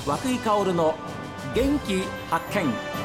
涌井薫の元気発見。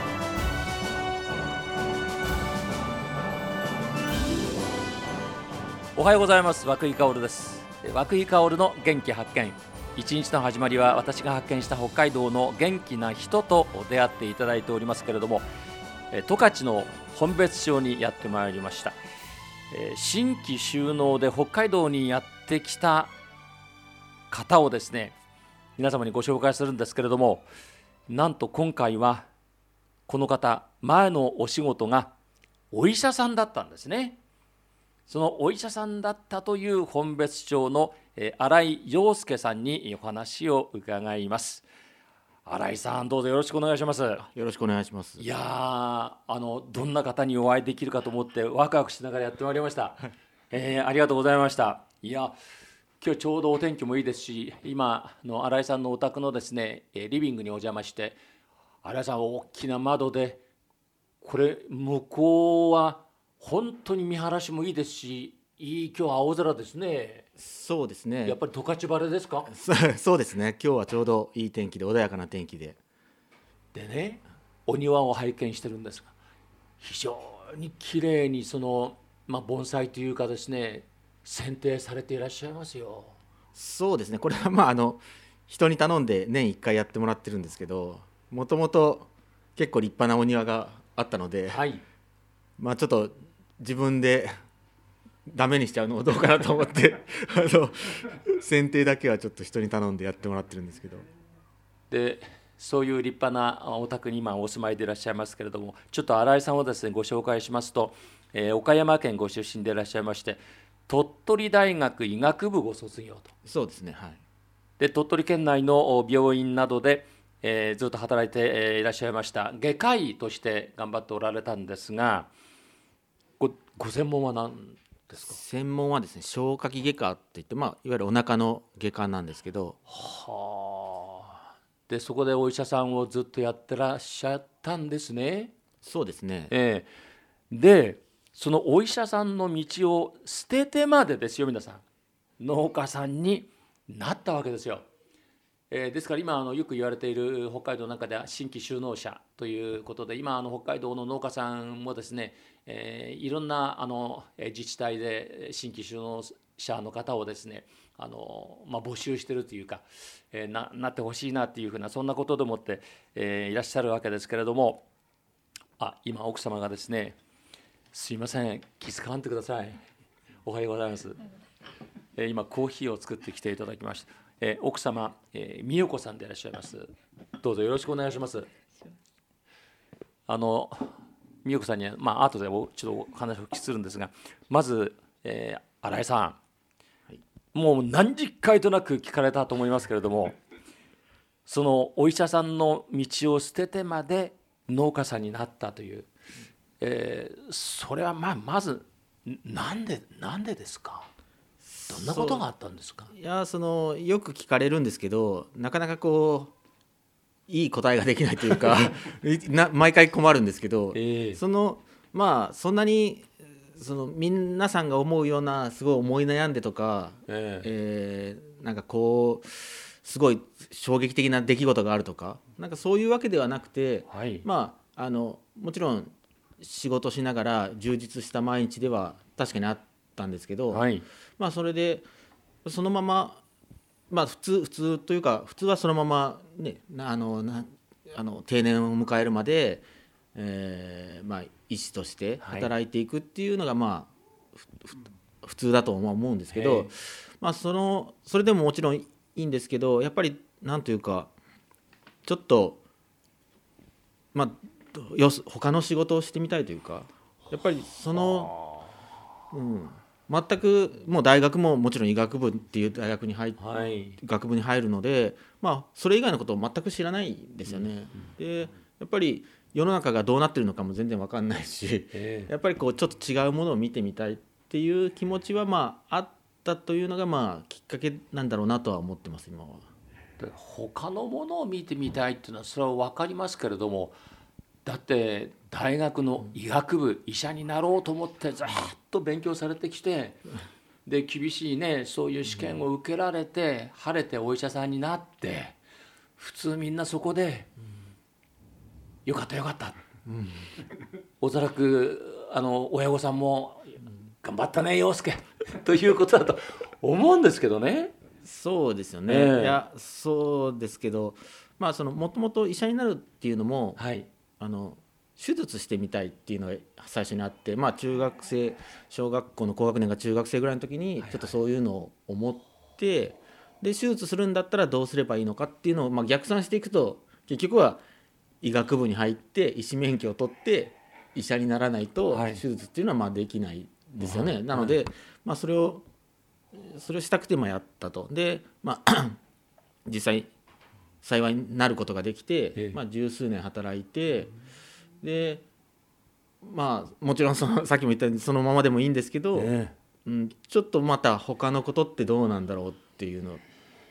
おはようございます。涌井薫です。涌井薫の元気発見。一日の始まりは私が発見した北海道の元気な人と出会っていただいておりますけれども、十勝の本別町にやってまいりました。新規就農で北海道にやってきた方をですね、皆様にご紹介するんですけれども、なんと今回はこの方、前のお仕事がお医者さんだったんですね。そのお医者さんだったという本別町の新井陽介さんにお話を伺います。新井さん、どうぞよろしくお願いします。よろしくお願いします。 いやどんな方にお会いできるかと思ってワクワクしながらやってまいりました。ありがとうございました。いや、今日ちょうどお天気もいいですし、今の新井さんのお宅のですね、リビングにお邪魔して、新井さんは大きな窓で、これ向こうは本当に見晴らしもいいですし、いい今日青空ですね。 そうですね。 やっぱり十勝晴れですか？ そうですね。今日はちょうどいい天気で穏やかな天気で。 でね、お庭を拝見してるんですが、非常に綺麗に盆栽というかですね、剪定されていらっしゃいますよ。 そうですね。これは人に頼んで年1回やってもらってるんですけど、もともと結構立派なお庭があったので、 はい、 ちょっと自分でダメにしちゃうのもどうかなと思って剪定だけはちょっと人に頼んでやってもらってるんですけど。 でそういう立派なお宅に今お住まいでいらっしゃいますけれども、ちょっと新井さんをですねご紹介しますと、岡山県ご出身でいらっしゃいまして、鳥取大学医学部ご卒業と。 そうですね。はい。 で鳥取県内の病院などで、ずっと働いていらっしゃいました。外科医として頑張っておられたんですが、ご専門は何ですか？ 専門はですね、消化器外科っていって、いわゆるお腹の外科なんですけど。 はあ。でそこでお医者さんをずっとやってらっしゃったんですね。 そうですね。 でそのお医者さんの道を捨ててまでですよ、皆さん農家さんになったわけですよ。ですから今よく言われている北海道の中では新規就農者ということで、今北海道の農家さんもですね、いろんな自治体で新規就農者の方をですね募集しているというか、なってほしいなというふうな、そんなことでもって、いらっしゃるわけですけれども、今奥様がですね、すいません、気遣わんでください。おはようございます。今コーヒーを作ってきていただきました。奥様、美代子さんでいらっしゃいます。どうぞよろしくお願いします。美代子さんには、後でちょっとお話をお聞きするんですが、まず、新井さん、はい、もう何十回となく聞かれたと思いますけれども、そのお医者さんの道を捨ててまで農家さんになったという、それはまずなんでですか？どんなことがあったんですか？ いや、よく聞かれるんですけど、なかなかいい答えができないというか毎回困るんですけど、そんなに皆さんが思うようなすごい思い悩んでとか、すごい衝撃的な出来事があるとか、そういうわけではなくて、 はい、 もちろん仕事しながら充実した毎日では確かにあったんですけど、 はい、 それでそのまま、普通というか、普通はそのまま、ね、定年を迎えるまで、医師として働いていくっていうのが、普通だと思うんですけど、それでももちろんいいんですけど、やっぱりなんというか、ちょっと他の仕事をしてみたいというか、やっぱり全くもう大学ももちろん医学部っていう大学に学部に入るので、それ以外のことを全く知らないんですよね。でやっぱり世の中がどうなってるのかも全然分かんないし、やっぱりちょっと違うものを見てみたいっていう気持ちはあったというのがきっかけなんだろうなとは思ってます、今は。 他のものを見てみたいっていうのはそれは分かりますけれども、だって大学の医学部、医者になろうと思ってずっと勉強されてきて、で厳しいねそういう試験を受けられて、晴れてお医者さんになって、 普通みんなそこで、よかったよかった、おそらく親御さんも、頑張ったね陽介ということだと思うんですけどね。 そうですよね、いやそうですけど、もともと医者になるっていうのも、 はい、 手術してみたいっていうのが最初にあって、中学生小学校の高学年が中学生ぐらいの時にちょっとそういうのを思って、で手術するんだったらどうすればいいのかっていうのを逆算していくと、結局は医学部に入って医師免許を取って医者にならないと手術っていうのはできないですよね。なので、それをしたくてやったと。で、実際幸いになることができて、十数年働いて、でもちろんさっきも言ったようにそのままでもいいんですけど、ちょっとまた他のことってどうなんだろうっていうの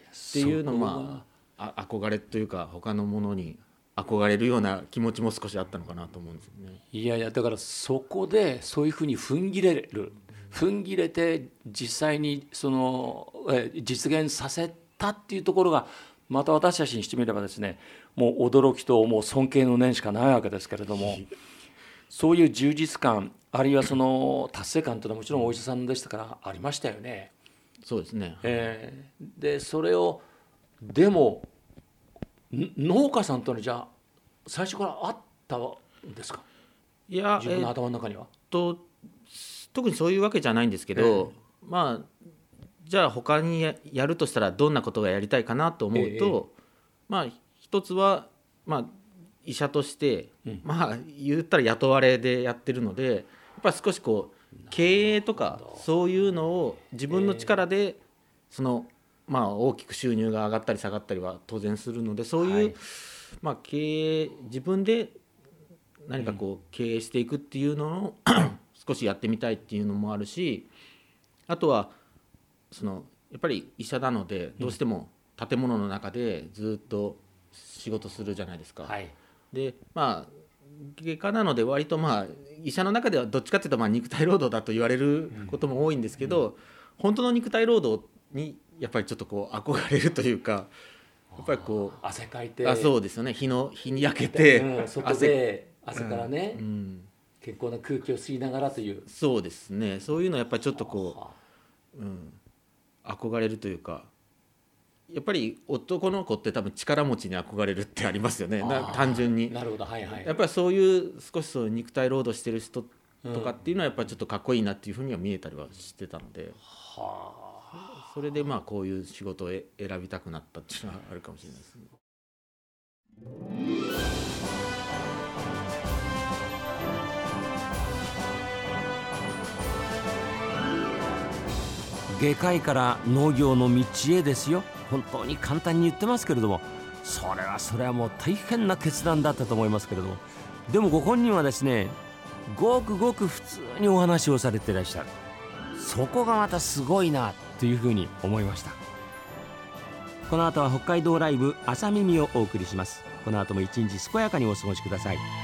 憧れというか、他のものに憧れるような気持ちも少しあったのかなと思うんですよね。 いやいや、だからそこでそういうふうに踏ん切れて実際に実現させたっていうところが、また私たちにしてみればですね、もう驚きともう尊敬の念しかないわけですけれども、そういう充実感、あるいはその達成感というのはもちろんお医者さんでしたからありましたよね。 そうですね、 でそれをでも農家さんとのじゃあ最初からあったんですか？ いや、 自分の頭の中には、 特にそういうわけじゃないんですけど、じゃあ他にやるとしたらどんなことがやりたいかなと思うと、一つは医者として、言ったら雇われでやってるので、やっぱり少し経営とかそういうのを自分の力で大きく収入が上がったり下がったりは当然するので、そういう、経営自分で何か経営していくっていうのを少しやってみたいっていうのもあるし、あとはやっぱり医者なのでどうしても建物の中でずっと仕事するじゃないですか。で外科なので割と医者の中ではどっちかっていうと肉体労働だと言われることも多いんですけど、本当の肉体労働にやっぱりちょっと憧れるというか、やっぱり汗かいて、 そうですよね、日に焼けて、 外で汗からね、健康な空気を吸いながらという、 そうですね、そういうのはやっぱりちょっと憧れるというか、やっぱり男の子って多分力持ちに憧れるってありますよね、単純に。 なるほど、 やっぱりそういう少し肉体労働してる人とかっていうのはやっぱりちょっとかっこいいなっていうふうには見えたりはしてたので、それでこういう仕事を選びたくなったっていうのはあるかもしれないですね。 外科医から農業の道へですよ。本当に簡単に言ってますけれども、それはもう大変な決断だったと思いますけれども、でもご本人はですね、ごくごく普通にお話をされていらっしゃる。そこがまたすごいなというふうに思いました。この後は北海道ライブ朝耳をお送りします。この後も一日健やかにお過ごしください。